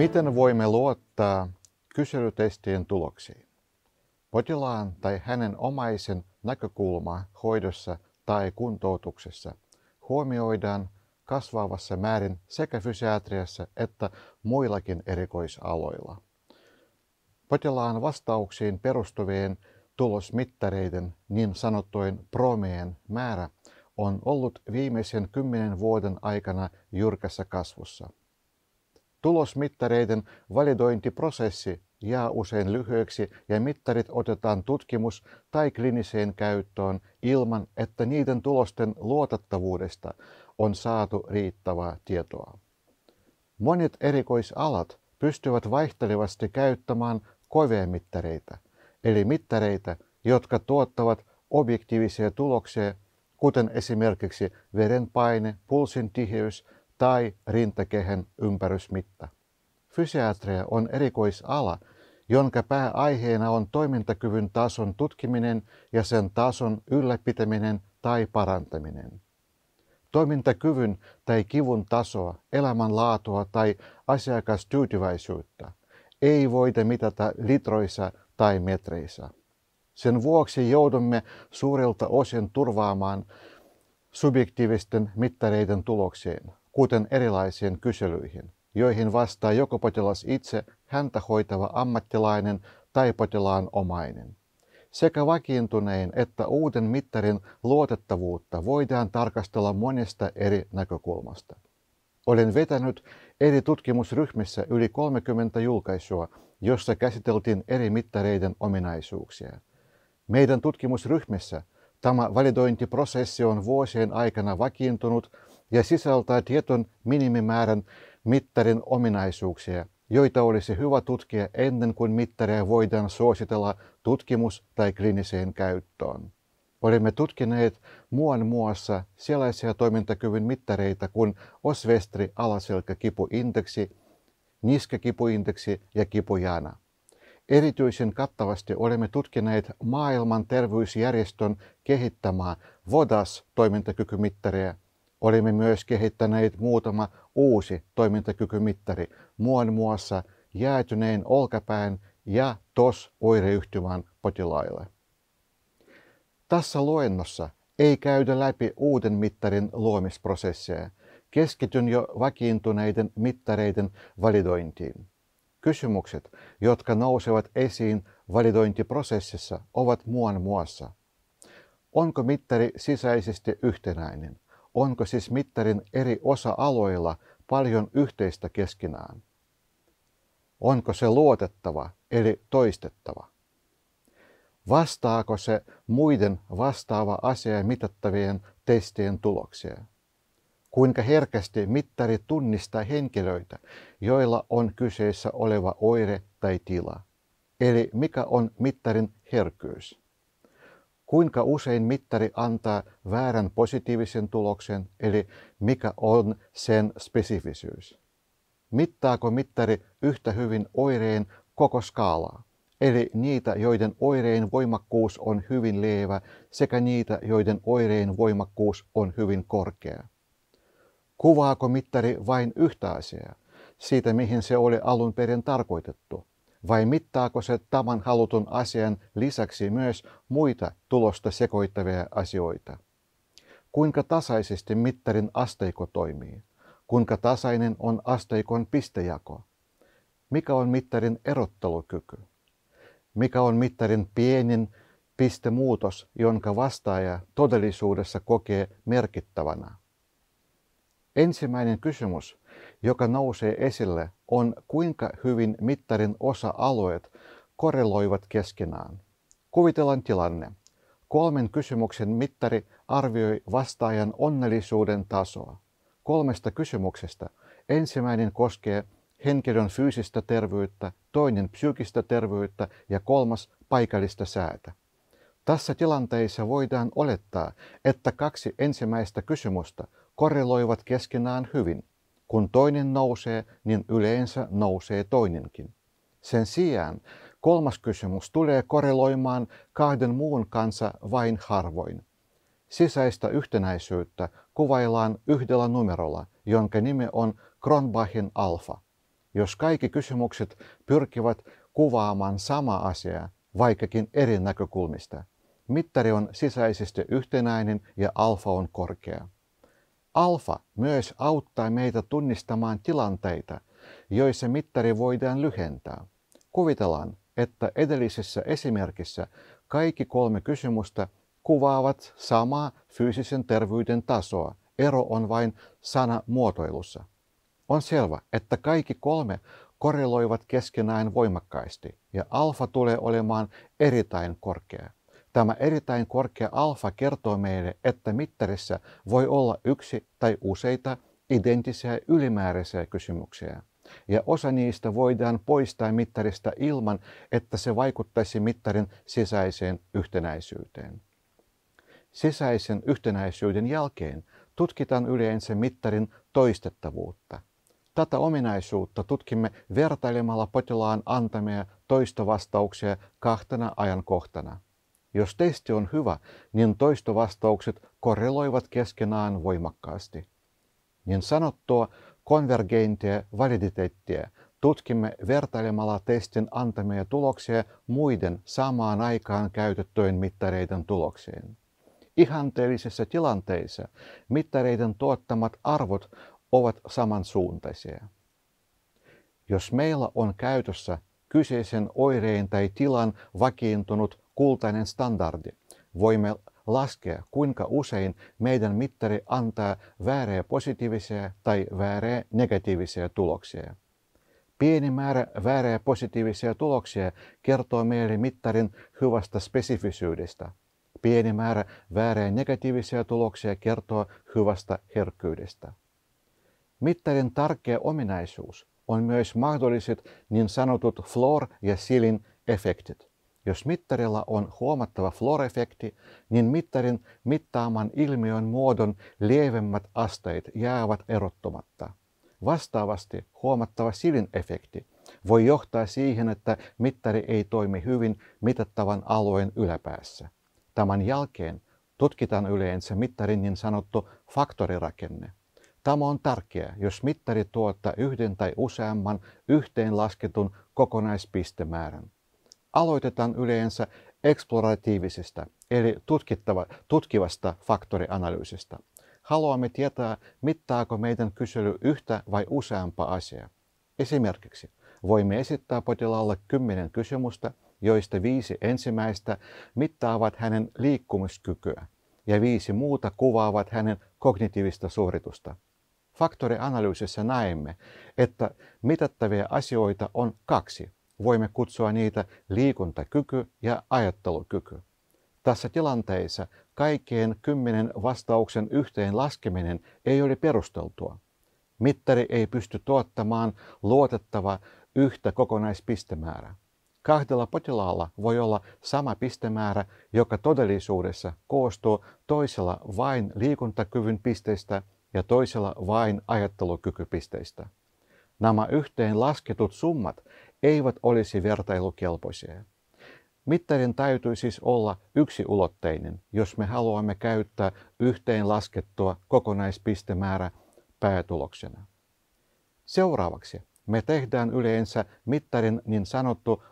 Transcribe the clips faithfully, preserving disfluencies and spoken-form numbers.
Miten voimme luottaa kyselytestien tuloksiin? Potilaan tai hänen omaisen näkökulma hoidossa tai kuntoutuksessa huomioidaan kasvavassa määrin sekä fysiatriassa että muillakin erikoisaloilla. Potilaan vastauksiin perustuvien tulosmittareiden, niin sanottujen promeen määrä on ollut viimeisen kymmenen vuoden aikana jyrkässä kasvussa. Tulosmittareiden validointiprosessi jää usein lyhyeksi ja mittarit otetaan tutkimus- tai kliniseen käyttöön ilman, että niiden tulosten luotettavuudesta on saatu riittävää tietoa. Monet erikoisalat pystyvät vaihtelevasti käyttämään kovia mittareita, eli mittareita, jotka tuottavat objektiivisia tuloksia, kuten esimerkiksi verenpaine, pulssin tiheys tai rintakehän ympärysmitta. Fysiatria on erikoisala, jonka pääaiheena on toimintakyvyn tason tutkiminen ja sen tason ylläpitäminen tai parantaminen. Toimintakyvyn tai kivun tasoa, elämänlaatua tai asiakastyytyväisyyttä ei voida mitata litroissa tai metreissä. Sen vuoksi joudumme suurelta osin turvaamaan subjektiivisten mittareiden tulokseen, kuten erilaisiin kyselyihin, joihin vastaa joko potilas itse, häntä hoitava ammattilainen tai potilaan omainen. Sekä vakiintuneen että uuden mittarin luotettavuutta voidaan tarkastella monesta eri näkökulmasta. Olen vetänyt eri tutkimusryhmissä yli kolmekymmentä julkaisua, jossa käsiteltiin eri mittareiden ominaisuuksia. Meidän tutkimusryhmissä tämä validointiprosessi on vuosien aikana vakiintunut ja sisältää tietyn minimimäärän mittarin ominaisuuksia, joita olisi hyvä tutkia ennen kuin mittaria voidaan suositella tutkimus- tai kliniseen käyttöön. Olemme tutkineet muun muassa sellaisia toimintakyvyn mittareita kuin osvestri-alaselkäkipuindeksi, niskakipuindeksi ja kipujana. Erityisen kattavasti olemme tutkineet maailman terveysjärjestön kehittämää VODAS-toimintakykymittaria. Olemme myös kehittäneet muutama uusi toimintakykymittari, muun muassa jäätyneen olkapään ja T O S-oireyhtymän potilaille. Tässä luennossa ei käydä läpi uuden mittarin luomisprosessia. Keskityn jo vakiintuneiden mittareiden validointiin. Kysymykset, jotka nousevat esiin validointiprosessissa, ovat muun muassa: onko mittari sisäisesti yhtenäinen? Onko siis mittarin eri osa-alueilla paljon yhteistä keskenään? Onko se luotettava eli toistettava? Vastaako se muiden vastaava asia mitattavien testien tuloksia? Kuinka herkästi mittari tunnistaa henkilöitä, joilla on kyseessä oleva oire tai tila? Eli mikä on mittarin herkkyys? Kuinka usein mittari antaa väärän positiivisen tuloksen, eli mikä on sen spesifisyys? Mittaako mittari yhtä hyvin oireen koko skaalaa, eli niitä, joiden oireen voimakkuus on hyvin lievä, sekä niitä, joiden oireen voimakkuus on hyvin korkea? Kuvaako mittari vain yhtä asiaa, siitä mihin se oli alun perin tarkoitettu, vai mittaako se tämän halutun asian lisäksi myös muita tulosta sekoittavia asioita? Kuinka tasaisesti mittarin asteikko toimii? Kuinka tasainen on asteikon pistejako? Mikä on mittarin erottelukyky? Mikä on mittarin pienin pistemuutos, jonka vastaaja todellisuudessa kokee merkittävänä? Ensimmäinen kysymys, joka nousee esille, on kuinka hyvin mittarin osa-alueet korreloivat keskenään. Kuvitellaan tilanne. Kolmen kysymyksen mittari arvioi vastaajan onnellisuuden tasoa. Kolmesta kysymyksestä ensimmäinen koskee henkilön fyysistä terveyttä, toinen psyykkistä terveyttä ja kolmas paikallista säätä. Tässä tilanteessa voidaan olettaa, että kaksi ensimmäistä kysymystä korreloivat keskenään hyvin. Kun toinen nousee, niin yleensä nousee toinenkin. Sen sijaan kolmas kysymys tulee korreloimaan kahden muun kanssa vain harvoin. Sisäistä yhtenäisyyttä kuvaillaan yhdellä numerolla, jonka nimi on Cronbachin alfa. jos kaikki kysymykset pyrkivät kuvaamaan sama asiaa, vaikkakin eri näkökulmista. Mittari on sisäisesti yhtenäinen ja alfa on korkea. Alfa myös auttaa meitä tunnistamaan tilanteita, joissa mittari voidaan lyhentää. Kuvitellaan, että edellisessä esimerkissä kaikki kolme kysymystä kuvaavat samaa fyysisen terveyden tasoa. Ero on vain sanamuotoilussa. On selvä, että kaikki kolme korreloivat keskenään voimakkaasti ja alfa tulee olemaan erittäin korkea. Tämä erittäin korkea alfa kertoo meille, että mittarissa voi olla yksi tai useita identtisiä ylimääräisiä kysymyksiä. Ja osa niistä voidaan poistaa mittarista ilman, että se vaikuttaisi mittarin sisäiseen yhtenäisyyteen. Sisäisen yhtenäisyyden jälkeen tutkitaan yleensä mittarin toistettavuutta. Tätä ominaisuutta tutkimme vertailemalla potilaan antamia toistovastauksia kahtena ajankohtana. Jos testi on hyvä, niin toistovastaukset korreloivat keskenään voimakkaasti. Niin sanottua konvergenttia validiteettia tutkimme vertailemalla testin antamia tuloksia muiden samaan aikaan käytettyjen mittareiden tuloksiin. Ihanteellisissa tilanteissa mittareiden tuottamat arvot ovat samansuuntaisia. Jos meillä on käytössä kyseisen oireen tai tilan vakiintunut kultainen standardi, voimme laskea, kuinka usein meidän mittari antaa vääriä positiivisia tai vääriä negatiivisia tuloksia. Pieni määrä vääriä positiivisia tuloksia kertoo meille mittarin hyvästä spesifisyydestä. Pieni määrä vääriä negatiivisia tuloksia kertoo hyvästä herkkyydestä. Mittarin tärkeä ominaisuus on myös mahdolliset niin sanotut floor- ja ceiling-efektit. Jos mittarilla on huomattava floor-efekti, niin mittarin mittaaman ilmiön muodon lievemmät asteet jäävät erottumatta. Vastaavasti huomattava ceiling-efekti voi johtaa siihen, että mittari ei toimi hyvin mitattavan alueen yläpäässä. Tämän jälkeen tutkitaan yleensä mittarin niin sanottu faktorirakenne. Tämä on tärkeää, jos mittari tuottaa yhden tai useamman yhteenlasketun kokonaispistemäärän. Aloitetaan yleensä eksploratiivisesta eli tutkittava, tutkivasta faktorianalyysistä. Haluamme tietää, mittaako meidän kysely yhtä vai useampaa asiaa. Esimerkiksi voimme esittää potilaalle kymmenen kysymystä, joista viisi ensimmäistä mittaavat hänen liikkumiskykyä ja viisi muuta kuvaavat hänen kognitiivista suoritusta. Faktorianalyysissä näemme, että mitattavia asioita on kaksi. Voimme kutsua niitä liikuntakyky ja ajattelukyky. Tässä tilanteessa kaikkien kymmenen vastauksen yhteen laskeminen ei ole perusteltua. Mittari ei pysty tuottamaan luotettavaa yhtä kokonaispistemäärää. Kahdella potilaalla voi olla sama pistemäärä, joka todellisuudessa koostuu toisella vain liikuntakyvyn pisteistä ja toisella vain ajattelukykypisteistä. Nämä yhteen lasketut summat eivät olisi vertailukelpoisia. Mittarin täytyy siis olla yksiulotteinen, jos me haluamme käyttää yhteen laskettua kokonaispistemäärä päätuloksena. Seuraavaksi me tehdään yleensä mittarin niin sanottu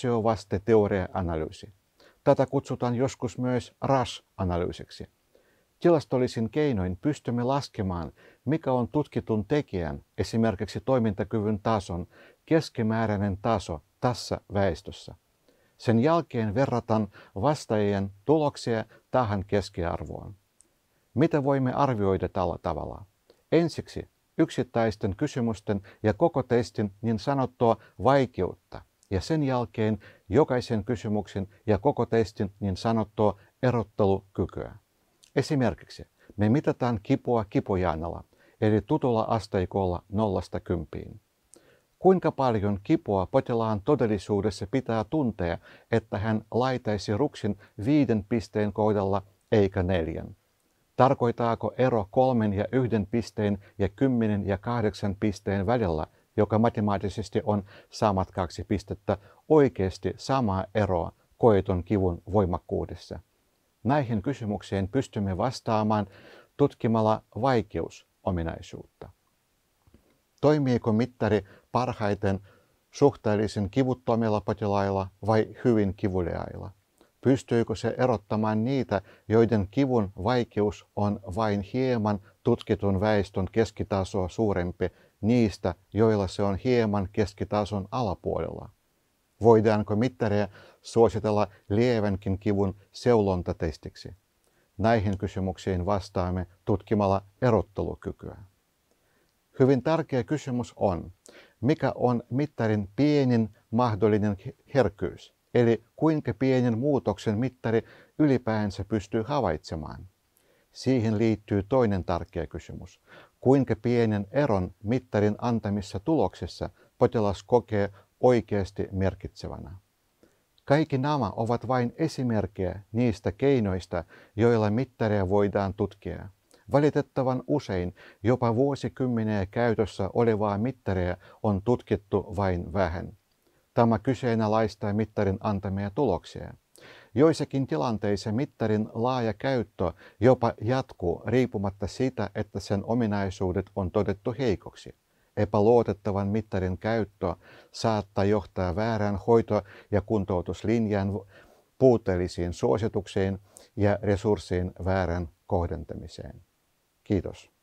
osiovaste-teoria-analyysi. Tätä kutsutaan joskus myös R A S-analyysiksi. Tilastollisin keinoin pystymme laskemaan, mikä on tutkitun tekijän, esimerkiksi toimintakyvyn tason, keskimääräinen taso tässä väestössä. Sen jälkeen verrataan vastaajien tuloksia tähän keskiarvoon. Mitä voimme arvioida tällä tavalla? Ensiksi yksittäisten kysymysten ja koko testin niin sanottua vaikeutta ja sen jälkeen jokaisen kysymyksen ja koko testin niin sanottua erottelukykyä. Esimerkiksi me mitataan kipua kipujanalla, eli tutulla asteikolla nollasta kymppiin. Kuinka paljon kipua potilaan todellisuudessa pitää tuntea, että hän laitaisi ruksin viiden pisteen kohdalla eikä neljän? Tarkoitaako ero kolmen ja yhden pisteen ja kymmenen ja kahdeksan pisteen välillä, joka matemaattisesti on samat kaksi pistettä, oikeasti samaa eroa koetun kivun voimakkuudessa? Näihin kysymyksiin pystymme vastaamaan tutkimalla vaikeusominaisuutta. Toimiiko mittari parhaiten suhteellisen kivuttomilla potilailla vai hyvin kivuliailla? Pystyykö se erottamaan niitä, joiden kivun vaikeus on vain hieman tutkitun väestön keskitasoa suurempi, niistä, joilla se on hieman keskitason alapuolella? Voidaanko mittaria suositella lievänkin kivun seulontatestiksi? Näihin kysymyksiin vastaamme tutkimalla erottelukykyä. Hyvin tärkeä kysymys on, mikä on mittarin pienin mahdollinen herkkyys, eli kuinka pienen muutoksen mittari ylipäänsä pystyy havaitsemaan. Siihen liittyy toinen tärkeä kysymys, kuinka pienen eron mittarin antamissa tuloksissa potilas kokee oikeasti merkitsevänä. Kaikki nämä ovat vain esimerkkejä niistä keinoista, joilla mittaria voidaan tutkia. Valitettavan usein jopa vuosikymmeniä käytössä olevaa mittaria on tutkittu vain vähän. Tämä kyseenalaistaa mittarin antamia tuloksia. Joissakin tilanteissa mittarin laaja käyttö jopa jatkuu riippumatta siitä, että sen ominaisuudet on todettu heikoksi. Epäluotettavan mittarin käyttö saattaa johtaa väärään hoito- ja kuntoutuslinjan, puutteellisiin suosituksiin ja resurssien väärään kohdentamiseen. Kiitos.